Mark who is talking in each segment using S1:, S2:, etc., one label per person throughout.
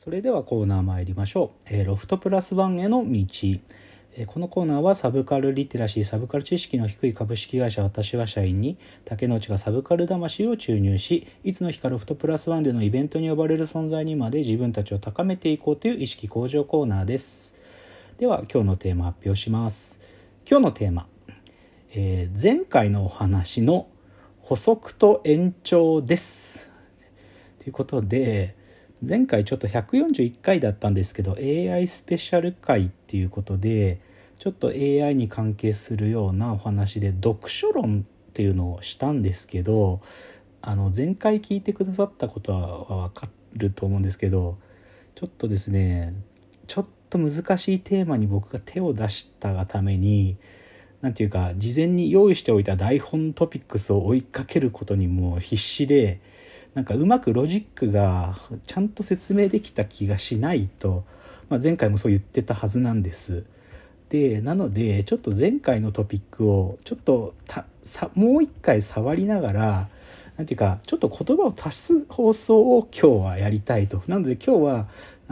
S1: それではコーナー参りましょう。ロフトプラスワンへの道。このコーナーはサブカルリテラシー、サブカル知識の低い株式会社私は社員に竹之内がサブカル魂を注入し、いつの日かロフトプラスワンでのイベントに呼ばれる存在にまで自分たちを高めていこうという意識向上コーナーです。では今日のテーマ発表します。今日のテーマ、前回のお話の補足と延長です。ということで、前回ちょっと141回だったんですけど AI スペシャル回っていうことで、ちょっと AI に関係するようなお話で読書論っていうのをしたんですけど、前回聞いてくださったことは分かると思うんですけど、ちょっとですね、ちょっと難しいテーマに僕が手を出したがために、なんていうか事前に用意しておいた台本トピックスを追いかけることにもう必死で、なんかうまくロジックがちゃんと説明できた気がしないと、前回もそう言ってたはずなんです。でなのでちょっと前回のトピックをちょっともう一回触りながら、なんていうかちょっと言葉を足す放送を今日はやりたいと。なので今日は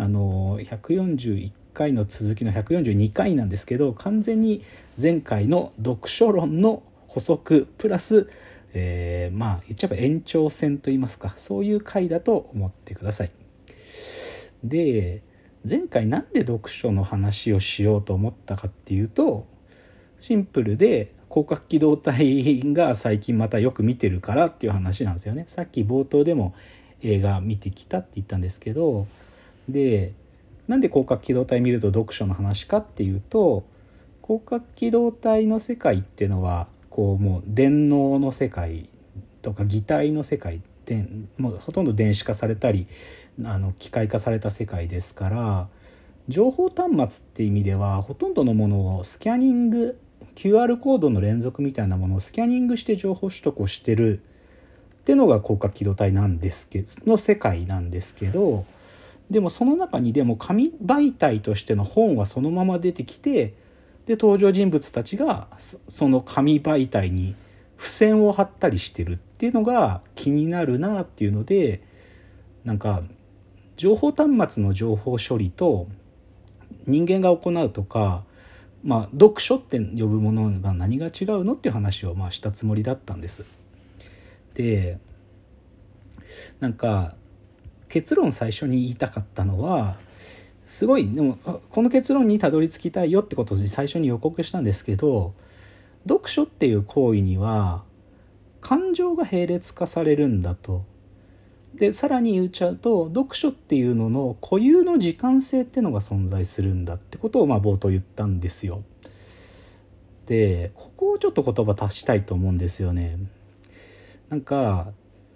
S1: 141回の続きの142回なんですけど、完全に前回の読書論の補足プラス言っちゃえば延長線といいますか、そういう回だと思ってください。で、前回なんで読書の話をしようと思ったかっていうと、シンプルで広角機動隊が最近またよく見てるからっていう話なんですよね。さっき冒頭でも映画見てきたって言ったんですけど、でなんで広角機動隊見ると読書の話かっていうと、広角機動隊の世界っていうのはこうもう電脳の世界とか擬態の世界で、もうほとんど電子化されたり機械化された世界ですから、情報端末って意味ではほとんどのものをスキャニング、 QR コードの連続みたいなものをスキャニングして情報取得をしてるっていうのが広角機動隊なんですけどの世界なんですけど、でもその中にでも紙媒体としての本はそのまま出てきて、で登場人物たちがその紙媒体に付箋を貼ったりしてるっていうのが気になるなっていうので、なんか情報端末の情報処理と人間が行うとか、読書って呼ぶものが何が違うのっていう話をしたつもりだったんです。で、なんか結論最初に言いたかったのは、すごいでもこの結論にたどり着きたいよってことで最初に予告したんですけど、読書っていう行為には感情が並列化されるんだと。でさらに言っちゃうと、読書っていうのの固有の時間性ってのが存在するんだってことを冒頭言ったんですよ。でここをちょっと言葉足したいと思うんですよね。なんか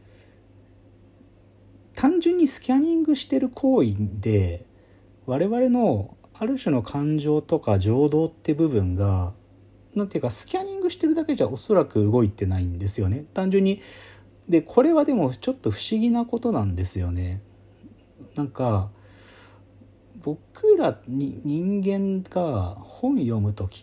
S1: 単純にスキャニングしてる行為で我々のある種の感情とか情動って部分が、なんていうかスキャニングしてるだけじゃおそらく動いてないんですよね、単純に。でこれはでもちょっと不思議なことなんですよね。なんか僕らに人間が本読む時って、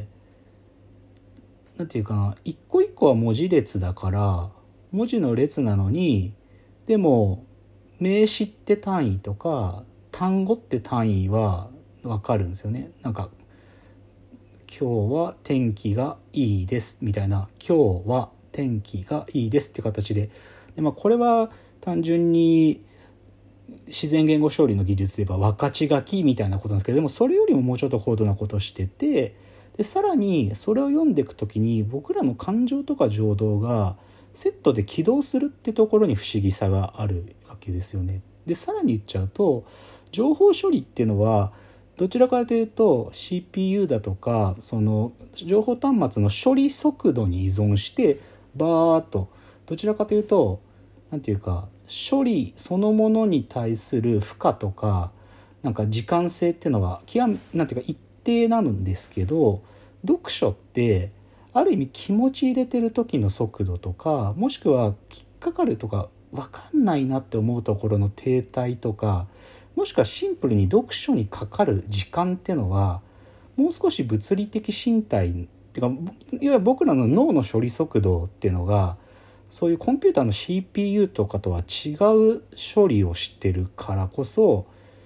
S1: なんていうかな、一個一個は文字列だから文字の列なのに、でも名詞って単位とか単語って単位は分かるんですよね。なんか今日は天気がいいですみたいな、今日は天気がいいですって形で、これは単純に自然言語処理の技術で言えば分かち書きみたいなことなんですけど、でもそれよりももうちょっと高度なことをしてて、でさらにそれを読んでいくときに僕らの感情とか情動がセットで起動するってところに不思議さがあるわけですよね。でさらに言っちゃうと、情報処理っていうのはどちらかというと CPU だとかその情報端末の処理速度に依存してバーッと、どちらかというとなんていうか処理そのものに対する負荷とかなんか時間性っていうのはなんていうか一定なんですけど、読書ってある意味気持ち入れてる時の速度とか、もしくは引っかかるとか分かんないなって思うところの停滞とか、もしくはシンプルに読書にかかる時間っていうのはもう少し物理的身体っていうか、いわゆる僕らの脳の処理速度っていうのがそういうコンピューターの CPU とかとは違う処理をしてるからこそ、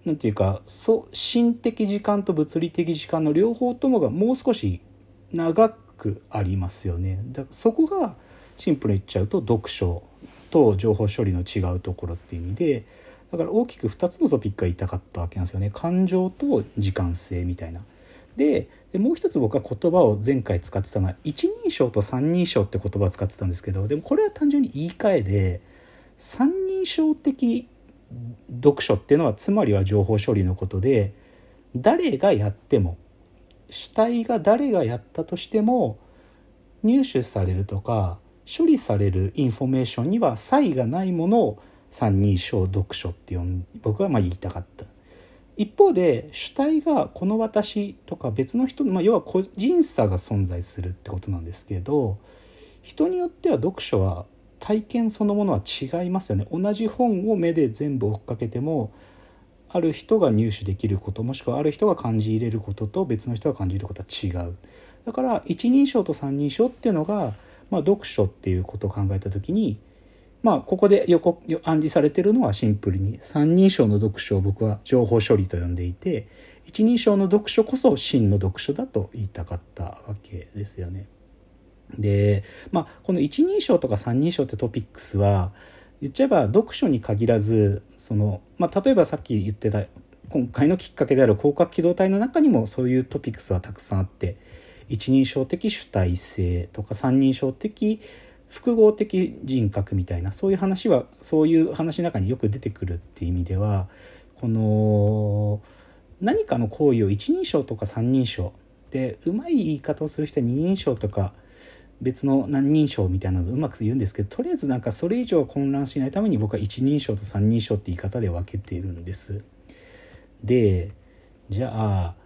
S1: なんていうか心的時間と物理的時間の両方ともがもう少し長くありますよね。だからそこがシンプルに言っちゃうと読書と情報処理の違うところっていう意味で、だから大きく2つのトピックが言いたかったわけなんですよね。感情と時間性みたいな。でもう一つ僕は言葉を前回使ってたのは一人称と三人称って言葉を使ってたんですけど、でもこれは単純に言い換えで、三人称的読書っていうのはつまりは情報処理のことで、誰がやっても主体が誰がやったとしても入手されるとか処理されるインフォメーションには差異がないものを三人称読書って僕は言いたかった。一方で主体がこの私とか別の人、要は個人差が存在するってことなんですけど、人によっては読書は体験そのものは違いますよね。同じ本を目で全部追っかけてもある人が入手できること、もしくはある人が感じ入れることと別の人が感じることは違う。だから一人称と三人称っていうのが、読書っていうことを考えた時に、ここで暗示されてるのはシンプルに三人称の読書を僕は情報処理と呼んでいて、一人称の読書こそ真の読書だと言いたかったわけですよね。で、この一人称とか三人称ってトピックスは言っちゃえば読書に限らず、例えばさっき言ってた今回のきっかけである広角機動隊の中にもそういうトピックスはたくさんあって、一人称的主体性とか三人称的複合的人格みたいな、そういう話の中によく出てくるっていう意味では、この何かの行為を一人称とか三人称で、うまい言い方をする人は二人称とか別の何人称みたいなのをうまく言うんですけど、とりあえずそれ以上混乱しないために僕は一人称と三人称って言い方で分けているんです。でじゃあ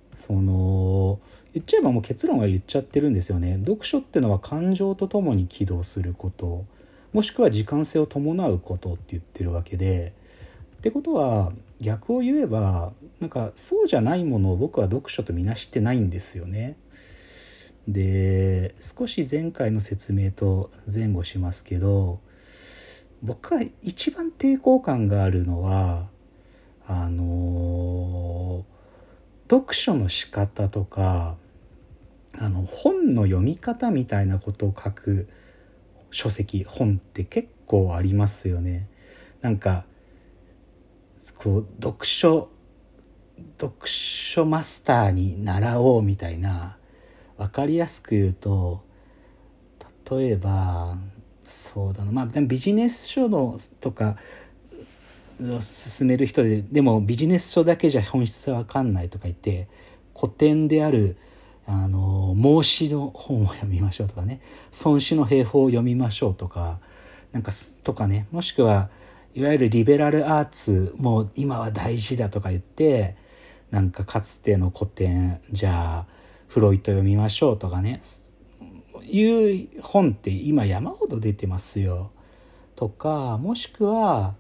S1: 言っちゃえばもう結論は言っちゃってるんですよね。読書ってのは感情とともに起動すること、もしくは時間性を伴うことって言ってるわけで、ってことは逆を言えばそうじゃないものを僕は読書とみなしてないんですよね。で少し前回の説明と前後しますけど、僕は一番抵抗感があるのは読書の仕方とか本の読み方みたいなことを書く書籍、本って結構ありますよね。読書マスターに習おうみたいな、分かりやすく言うと、例えばビジネス書のとか進める人でもビジネス書だけじゃ本質は分かんないとか言って、古典である孟子の本を読みましょうとかね、孫子の兵法を読みましょうとかとかね、もしくはいわゆるリベラルアーツも今は大事だとか言って、かつての古典、じゃあフロイト読みましょうとかね、いう本って今山ほど出てますよとか、もしく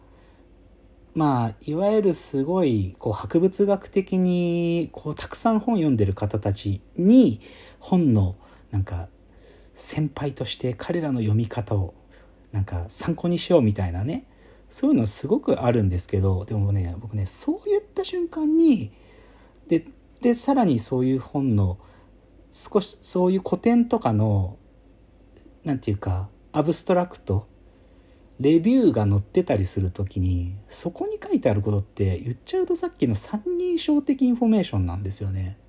S1: はいわゆるすごい博物学的にたくさん本読んでる方たちに本の先輩として彼らの読み方を参考にしようみたいなね、そういうのすごくあるんですけど、でもね僕ね、そういった瞬間にでさらにそういう本の少しそういう古典とかのアブストラクトレビューが載ってたりするときに、そこに書いてあることって言っちゃうとさっきの三人称的インフォメーションなんですよね。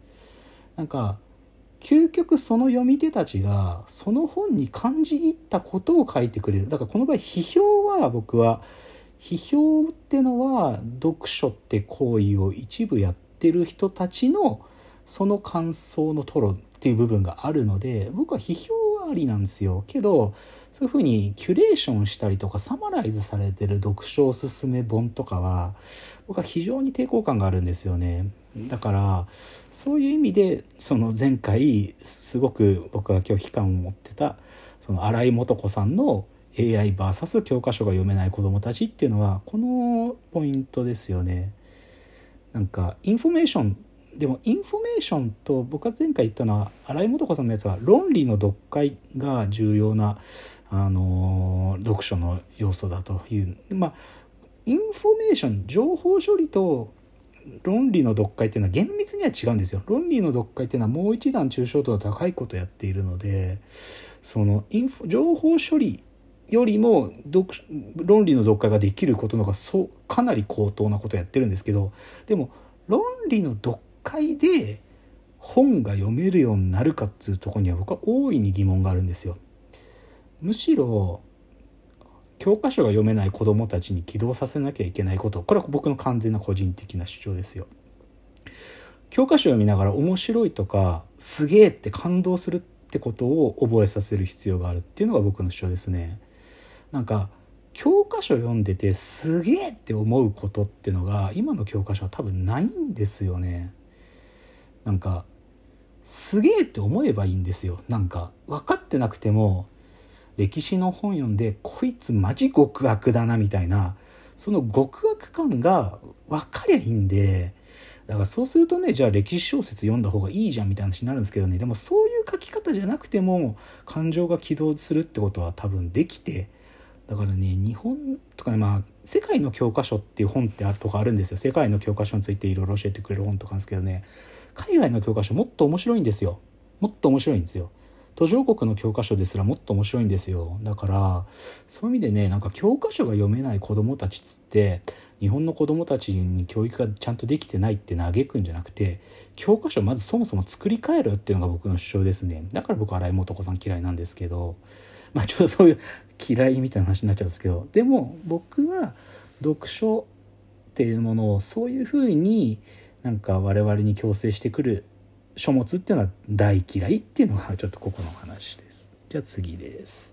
S1: 究極その読み手たちがその本に感じ入ったことを書いてくれる。だからこの場合僕は批評ってのは読書って行為を一部やってる人たちのその感想の吐露っていう部分があるので、僕は批評はありなんですよ。けどそういうふうにキュレーションしたりとかサマライズされてる読書おすすめ本とかは僕は非常に抵抗感があるんですよね。だからそういう意味で前回すごく僕が拒否感を持ってた新井素子さんの AI vs 教科書が読めない子どもたちっていうのはこのポイントですよね。インフォメーションでもインフォメーションと僕が前回言ったのは新井素子さんのやつは論理の読解が重要な読書の要素だという、インフォメーション情報処理と論理の読解っていうのは厳密には違うんですよ。論理の読解っていうのはもう一段抽象度の高いことをやっているので、その情報処理よりも論理の読解ができることのがかなり高等なことをやってるんですけど、でも論理の読解で本が読めるようになるかっていうところには僕は大いに疑問があるんですよ。むしろ教科書が読めない子どもたちに起動させなきゃいけないこと、これは僕の完全な個人的な主張ですよ。教科書を読みながら面白いとかすげえって感動するってことを覚えさせる必要があるっていうのが僕の主張ですね。なんか教科書読んでてすげえって思うことっていうのが今の教科書は多分ないんですよね。なんかすげえって思えばいいんですよ。なんか分かってなくても歴史の本読んでこいつマジ極悪だなみたいな、その極悪感が分かりゃいいんで、だからそうするとね、じゃあ歴史小説読んだ方がいいじゃんみたいな話になるんですけどね、でもそういう書き方じゃなくても感情が起動するってことは多分できて、だからね、日本とかね、世界の教科書っていう本ってあるとかあるんですよ。世界の教科書についていろいろ教えてくれる本とかなんですけどね、海外の教科書もっと面白いんですよ。もっと面白いんですよ。途上国の教科書ですらもっと面白いんですよ。だからそういう意味でね、なんか教科書が読めない子どもたちっつって日本の子どもたちに教育がちゃんとできてないって嘆くんじゃなくて、教科書をまずそもそも作り変えるっていうのが僕の主張ですね。だから僕は新井素子さん嫌いなんですけど、ちょっとそういう嫌いみたいな話になっちゃうんですけど、でも僕は読書っていうものをそういうふうになんか我々に強制してくる書物っていうのは大嫌いっていうのがちょっとここの話です。じゃあ次です。